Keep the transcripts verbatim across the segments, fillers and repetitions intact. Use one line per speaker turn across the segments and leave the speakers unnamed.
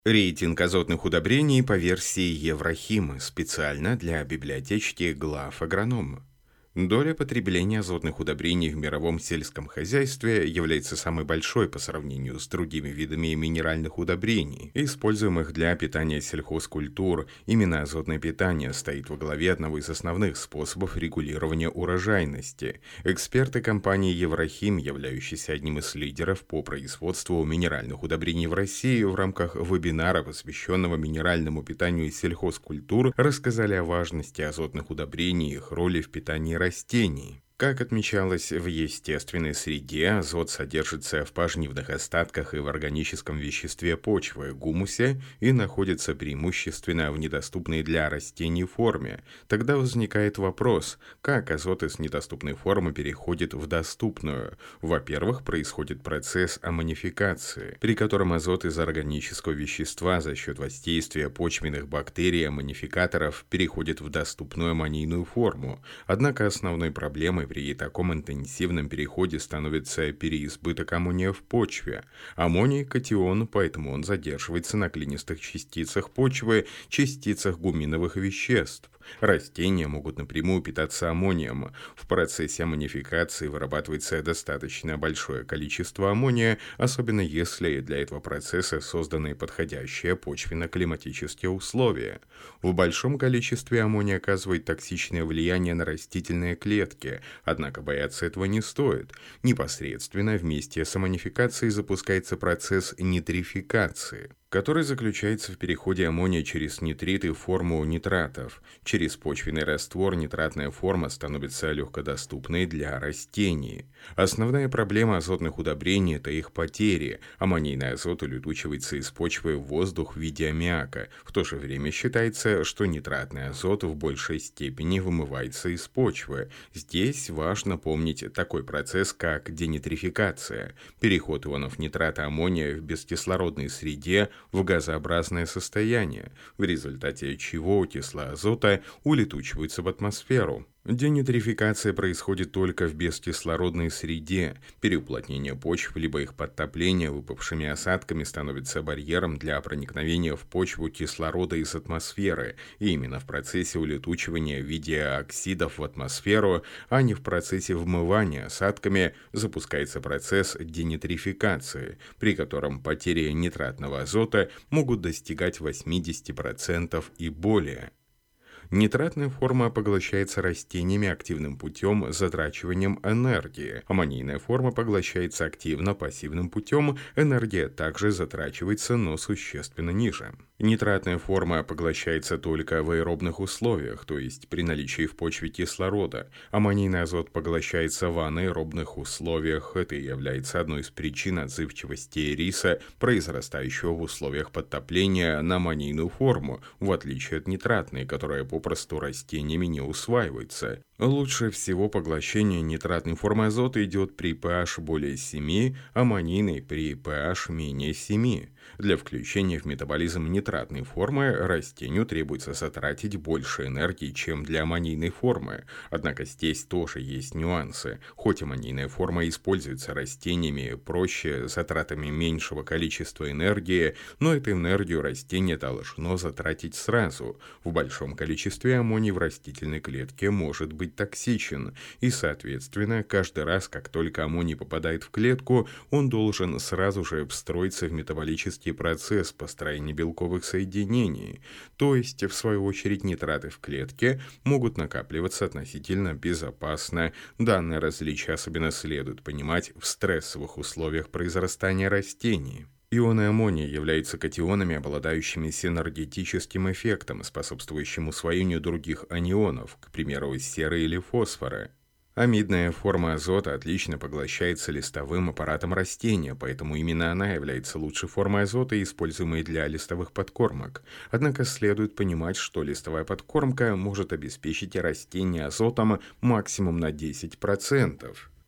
Рейтинг азотных удобрений по версии Еврохим специально для библиотечки глав агронома. Доля потребления азотных удобрений в мировом сельском хозяйстве является самой большой по сравнению с другими видами минеральных удобрений, используемых для питания сельхозкультур. Именно азотное питание стоит во главе одного из основных способов регулирования урожайности. Эксперты компании Еврохим, являющиеся одним из лидеров по производству минеральных удобрений в России, в рамках вебинара, посвященного минеральному питанию сельхозкультур, рассказали о важности азотных удобрений и их роли в питании растений. Как отмечалось, в естественной среде азот содержится в пожнивных остатках и в органическом веществе почвы, гумусе, и находится преимущественно в недоступной для растений форме. Тогда возникает вопрос, как азот из недоступной формы переходит в доступную. Во-первых, происходит процесс аммонификации, при котором азот из органического вещества за счет воздействия почвенных бактерий аммонификаторов переходит в доступную аммонийную форму. Однако основной проблемой при таком интенсивном переходе становится переизбыток аммония в почве. Аммоний – катион, поэтому он задерживается на глинистых частицах почвы, частицах гуминовых веществ. Растения могут напрямую питаться аммонием. В процессе аммонификации вырабатывается достаточно большое количество аммония, особенно если для этого процесса созданы подходящие почвенно-климатические условия. В большом количестве аммония оказывает токсичное влияние на растительные клетки, однако бояться этого не стоит. Непосредственно вместе с аммонификацией запускается процесс нитрификации, который заключается в переходе аммония через нитриты в форму нитратов. Через почвенный раствор нитратная форма становится легкодоступной для растений. Основная проблема азотных удобрений – это их потери. Аммонийный азот улетучивается из почвы в воздух в виде аммиака. В то же время считается, что нитратный азот в большей степени вымывается из почвы. Здесь важно помнить такой процесс, как денитрификация – переход ионов нитрата аммония в бескислородной среде в газообразное состояние, в результате чего окислы азота улетучиваются в атмосферу. Денитрификация происходит только в бескислородной среде. Переуплотнение почв либо их подтопление выпавшими осадками становится барьером для проникновения в почву кислорода из атмосферы. И именно в процессе улетучивания в виде оксидов в атмосферу, а не в процессе вмывания осадками, запускается процесс денитрификации, при котором потери нитратного азота могут достигать восемьдесят процентов и более. Нитратная форма поглощается растениями активным путем затрачиванием энергии. Аммонийная форма поглощается активно пассивным путем, энергия также затрачивается, но существенно ниже. Нитратная форма поглощается только в аэробных условиях, то есть при наличии в почве кислорода. Аммонийный азот поглощается в анаэробных условиях. Это и является одной из причин отзывчивости риса, произрастающего в условиях подтопления, на аммонийную форму, в отличие от нитратной, которая попросту растениями не усваивается. Лучше всего поглощение нитратной формы азота идет при pH более семи, аммонийной при pH менее семи. Для включения в метаболизм нитратной формы растению требуется затратить больше энергии, чем для аммонийной формы. Однако здесь тоже есть нюансы. Хоть аммонийная форма используется растениями проще, затратами меньшего количества энергии, но эту энергию растение должно затратить сразу. В большом количестве аммоний в растительной клетке может быть токсичен, и, соответственно, каждый раз, как только аммоний попадает в клетку, он должен сразу же встроиться в метаболический процесс построения белковых соединений. То есть, в свою очередь, нитраты в клетке могут накапливаться относительно безопасно. Данное различие особенно следует понимать в стрессовых условиях произрастания растений. Ионы аммония являются катионами, обладающими синергетическим эффектом, способствующим усвоению других анионов, к примеру, серы или фосфора. Амидная форма азота отлично поглощается листовым аппаратом растения, поэтому именно она является лучшей формой азота, используемой для листовых подкормок. Однако следует понимать, что листовая подкормка может обеспечить растение азотом максимум на десять процентов.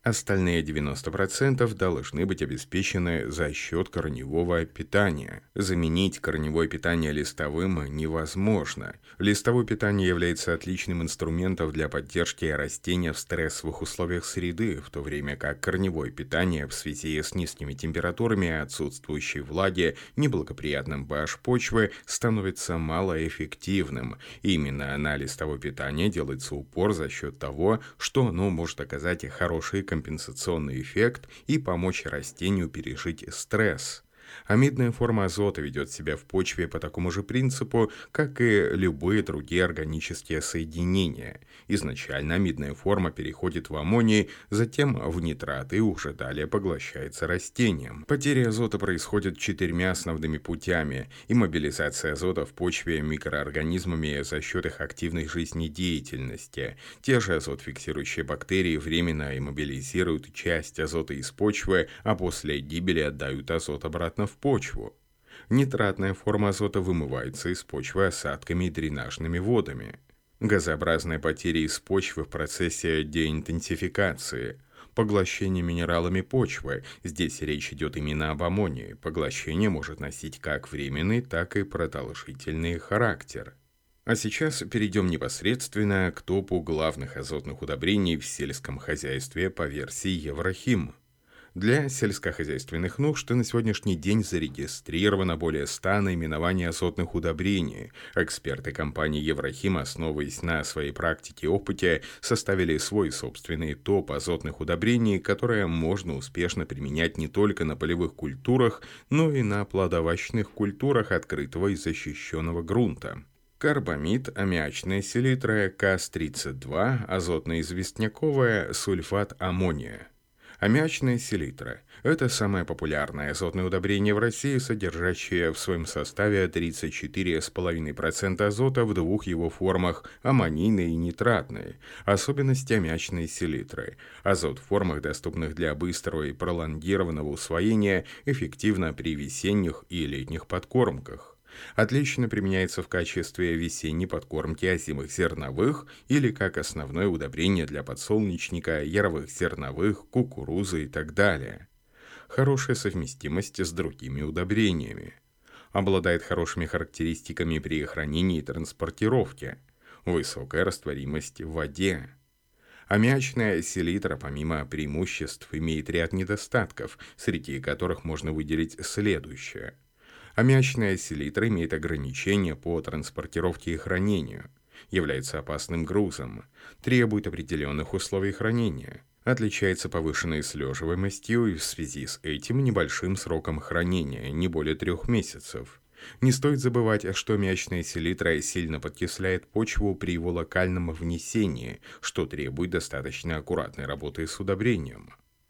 Остальные девяносто процентов должны быть обеспечены за счет корневого питания. Заменить корневое питание листовым невозможно. Листовое питание является отличным инструментом для поддержки растения в стрессовых условиях среды, в то время как корневое питание в связи с низкими температурами, отсутствующей влаги, неблагоприятным pH почвы становится малоэффективным. Именно на листовое питание делается упор за счет того, что оно может оказать хорошие компенсационный эффект и помочь растению пережить стресс. Амидная форма азота ведет себя в почве по такому же принципу, как и любые другие органические соединения. Изначально амидная форма переходит в аммоний, затем в нитрат и уже далее поглощается растением. Потеря азота происходит четырьмя основными путями: иммобилизация азота в почве микроорганизмами за счет их активной жизнедеятельности. Те же азот-фиксирующие бактерии временно иммобилизируют часть азота из почвы, а после гибели отдают азот обратно в почву. Нитратная форма азота вымывается из почвы осадками и дренажными водами. Газообразные потери из почвы в процессе деинтенсификации. Поглощение минералами почвы. Здесь речь идет именно об аммонии. Поглощение может носить как временный, так и продолжительный характер. А сейчас перейдем непосредственно к топу главных азотных удобрений в сельском хозяйстве по версии Еврохим. Для сельскохозяйственных нужд на сегодняшний день зарегистрировано более ста наименований азотных удобрений. Эксперты компании Еврохим, основываясь на своей практике и опыте, составили свой собственный топ азотных удобрений, которые можно успешно применять не только на полевых культурах, но и на плодоовощных культурах открытого и защищенного грунта. Карбамид, аммиачная селитра, Кас тридцать два, азотно-известняковая, сульфат аммония. Аммиачная селитра – это самое популярное азотное удобрение в России, содержащее в своем составе тридцать четыре целых пять десятых процента азота в двух его формах – аммонийной и нитратной. Особенности аммиачной селитры. Азот в формах, доступных для быстрого и пролонгированного усвоения, эффективно при весенних и летних подкормках. Отлично применяется в качестве весенней подкормки озимых зерновых или как основное удобрение для подсолнечника, яровых зерновых, кукурузы и так далее. Хорошая совместимость с другими удобрениями. Обладает хорошими характеристиками при хранении и транспортировке. Высокая растворимость в воде. Аммиачная селитра, помимо преимуществ, имеет ряд недостатков, среди которых можно выделить следующее. Аммиачная селитра имеет ограничения по транспортировке и хранению, является опасным грузом, требует определенных условий хранения, отличается повышенной слеживаемостью и в связи с этим небольшим сроком хранения, не более трех месяцев. Не стоит забывать, что аммиачная селитра сильно подкисляет почву при его локальном внесении, что требует достаточно аккуратной работы с удобрением.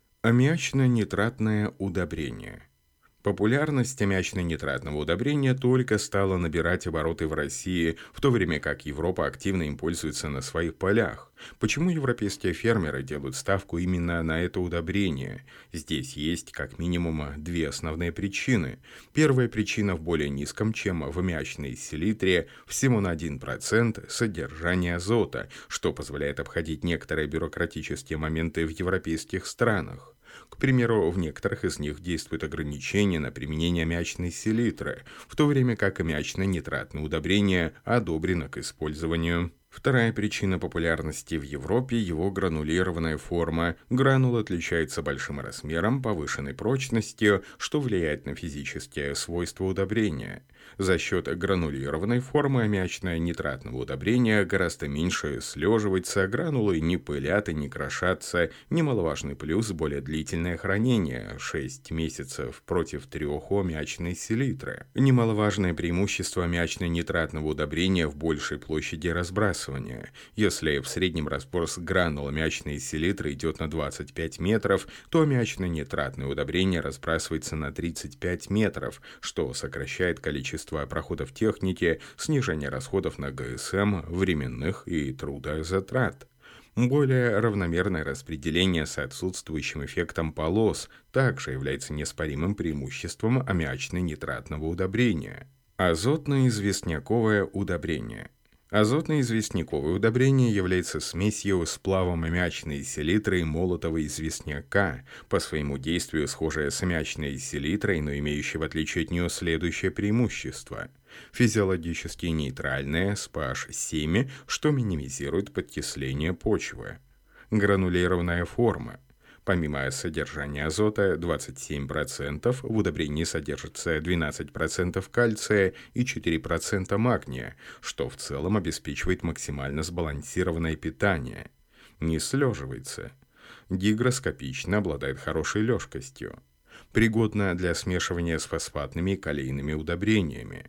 Аммиачно-нитратное удобрение. Популярность аммиачно-нитратного удобрения только стала набирать обороты в России, в то время как Европа активно им пользуется на своих полях. Почему европейские фермеры делают ставку именно на это удобрение? Здесь есть как минимум две основные причины. Первая причина в более низком, чем в аммиачной селитре, всего на один процент содержания азота, что позволяет обходить некоторые бюрократические моменты в европейских странах. К примеру, в некоторых из них действуют ограничения на применение аммиачной селитры, в то время как аммиачно-нитратное удобрение одобрено к использованию. Вторая причина популярности в Европе – его гранулированная форма. Гранул отличается большим размером, повышенной прочностью, что влияет на физические свойства удобрения. За счет гранулированной формы аммиачно-нитратного удобрения гораздо меньше слеживается, гранулы не пылят и не крошатся. Немаловажный плюс – более длительное хранение – шесть месяцев против трех у аммиачной селитры. Немаловажное преимущество аммиачно-нитратного удобрения в большей площади разбрасывания. Если в среднем разброс гранул аммиачной селитры идет на двадцать пять метров, то аммиачно-нитратное удобрение разбрасывается на тридцать пять метров, что сокращает количество проходов техники, снижение расходов на ГСМ, временных и трудозатрат. Более равномерное распределение с отсутствующим эффектом полос также является неоспоримым преимуществом аммиачно-нитратного удобрения. Азотно-известняковое удобрение. Азотное известняковое удобрение является смесью сплавом аммиачной селитры и молотого известняка, по своему действию схожее с аммиачной селитрой, но имеющее в отличие от нее следующее преимущество. Физиологически нейтральное с pH семь, что минимизирует подкисление почвы. Гранулированная форма. Помимо содержания азота двадцать семь процентов, в удобрении содержится двенадцать процентов кальция и четыре процента магния, что в целом обеспечивает максимально сбалансированное питание. Не слеживается. Гигроскопично, обладает хорошей лёжкостью. Пригодна для смешивания с фосфатными и калийными удобрениями.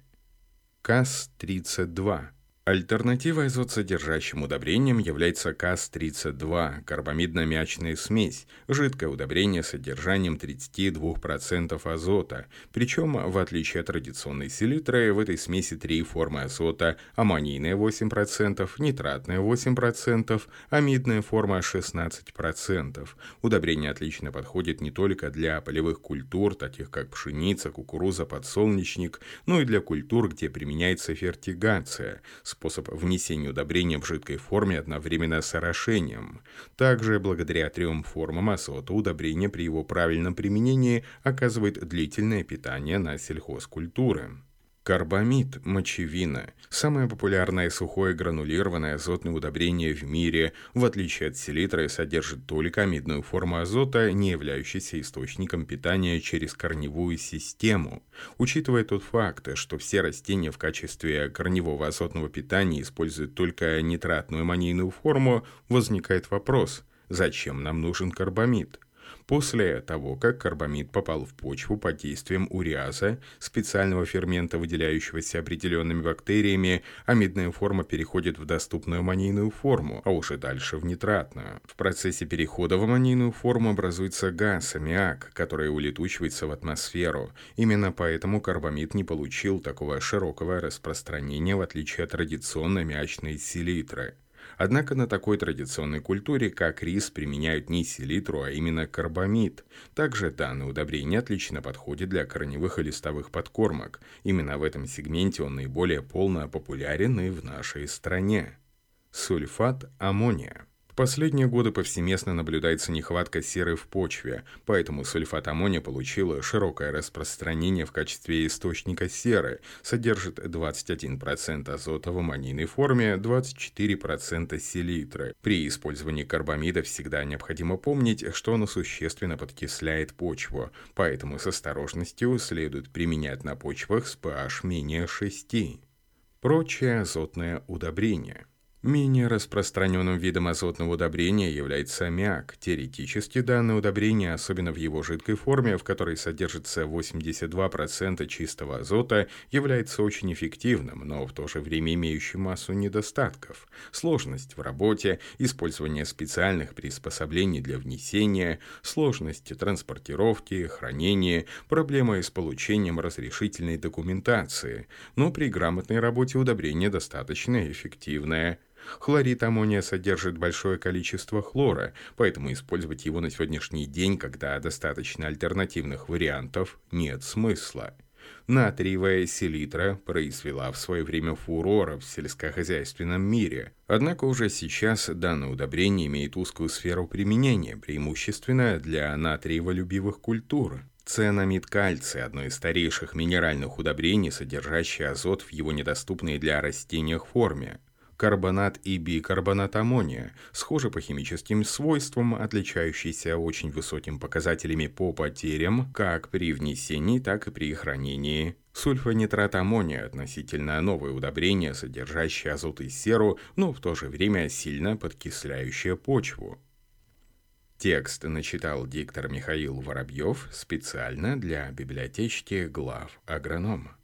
КАС тридцать два. Альтернативой азотсодержащим удобрением является КАС тридцать два – карбамидно-аммиачная смесь, жидкое удобрение с содержанием тридцать два процента азота, причем, в отличие от традиционной селитры, в этой смеси три формы азота: аммонийная восемь процентов, нитратная восемь процентов, амидная форма шестнадцать процентов. Удобрение отлично подходит не только для полевых культур, таких как пшеница, кукуруза, подсолнечник, но и для культур, где применяется фертигация – способ внесения удобрения в жидкой форме одновременно с орошением. Также, благодаря трем формам азота, удобрение при его правильном применении оказывает длительное питание на сельхозкультуры. Карбамид, мочевина – самое популярное сухое гранулированное азотное удобрение в мире, в отличие от селитры, содержит только амидную форму азота, не являющуюся источником питания через корневую систему. Учитывая тот факт, что все растения в качестве корневого азотного питания используют только нитратную аммонийную форму, возникает вопрос: зачем нам нужен карбамид? После того, как карбамид попал в почву под действием уреаза, специального фермента, выделяющегося определенными бактериями, амидная форма переходит в доступную аммонийную форму, а уже дальше в нитратную. В процессе перехода в аммонийную форму образуется газ, аммиак, который улетучивается в атмосферу. Именно поэтому карбамид не получил такого широкого распространения, в отличие от традиционной аммиачной селитры. Однако на такой традиционной культуре, как рис, применяют не селитру, а именно карбамид. Также данное удобрение отлично подходит для корневых и листовых подкормок. Именно в этом сегменте он наиболее полно популярен и в нашей стране. Сульфат аммония. В последние годы повсеместно наблюдается нехватка серы в почве, поэтому сульфат аммония получил широкое распространение в качестве источника серы, содержит двадцать один процент азота в аммонийной форме, двадцать четыре процента селитры. При использовании карбамида всегда необходимо помнить, что он существенно подкисляет почву, поэтому с осторожностью следует применять на почвах с pH менее шести. Прочее азотное удобрение. Менее распространенным видом азотного удобрения является аммиак. Теоретически данное удобрение, особенно в его жидкой форме, в которой содержится восемьдесят два процента чистого азота, является очень эффективным, но в то же время имеющим массу недостатков. Сложность в работе, использование специальных приспособлений для внесения, сложность транспортировки, хранения, проблемы с получением разрешительной документации. Но при грамотной работе удобрение достаточно эффективное. Хлорид аммония содержит большое количество хлора, поэтому использовать его на сегодняшний день, когда достаточно альтернативных вариантов, нет смысла. Натриевая селитра произвела в свое время фурор в сельскохозяйственном мире. Однако уже сейчас данное удобрение имеет узкую сферу применения, преимущественно для натриеволюбивых культур. Цианамид кальция – одно из старейших минеральных удобрений, содержащее азот в его недоступной для растений форме. Карбонат и бикарбонат аммония схожи по химическим свойствам, отличающиеся очень высокими показателями по потерям как при внесении, так и при хранении. Сульфонитрат аммония – относительно новое удобрение, содержащее азот и серу, но в то же время сильно подкисляющее почву. Текст начитал диктор Михаил Воробьев специально для библиотечки глав агронома.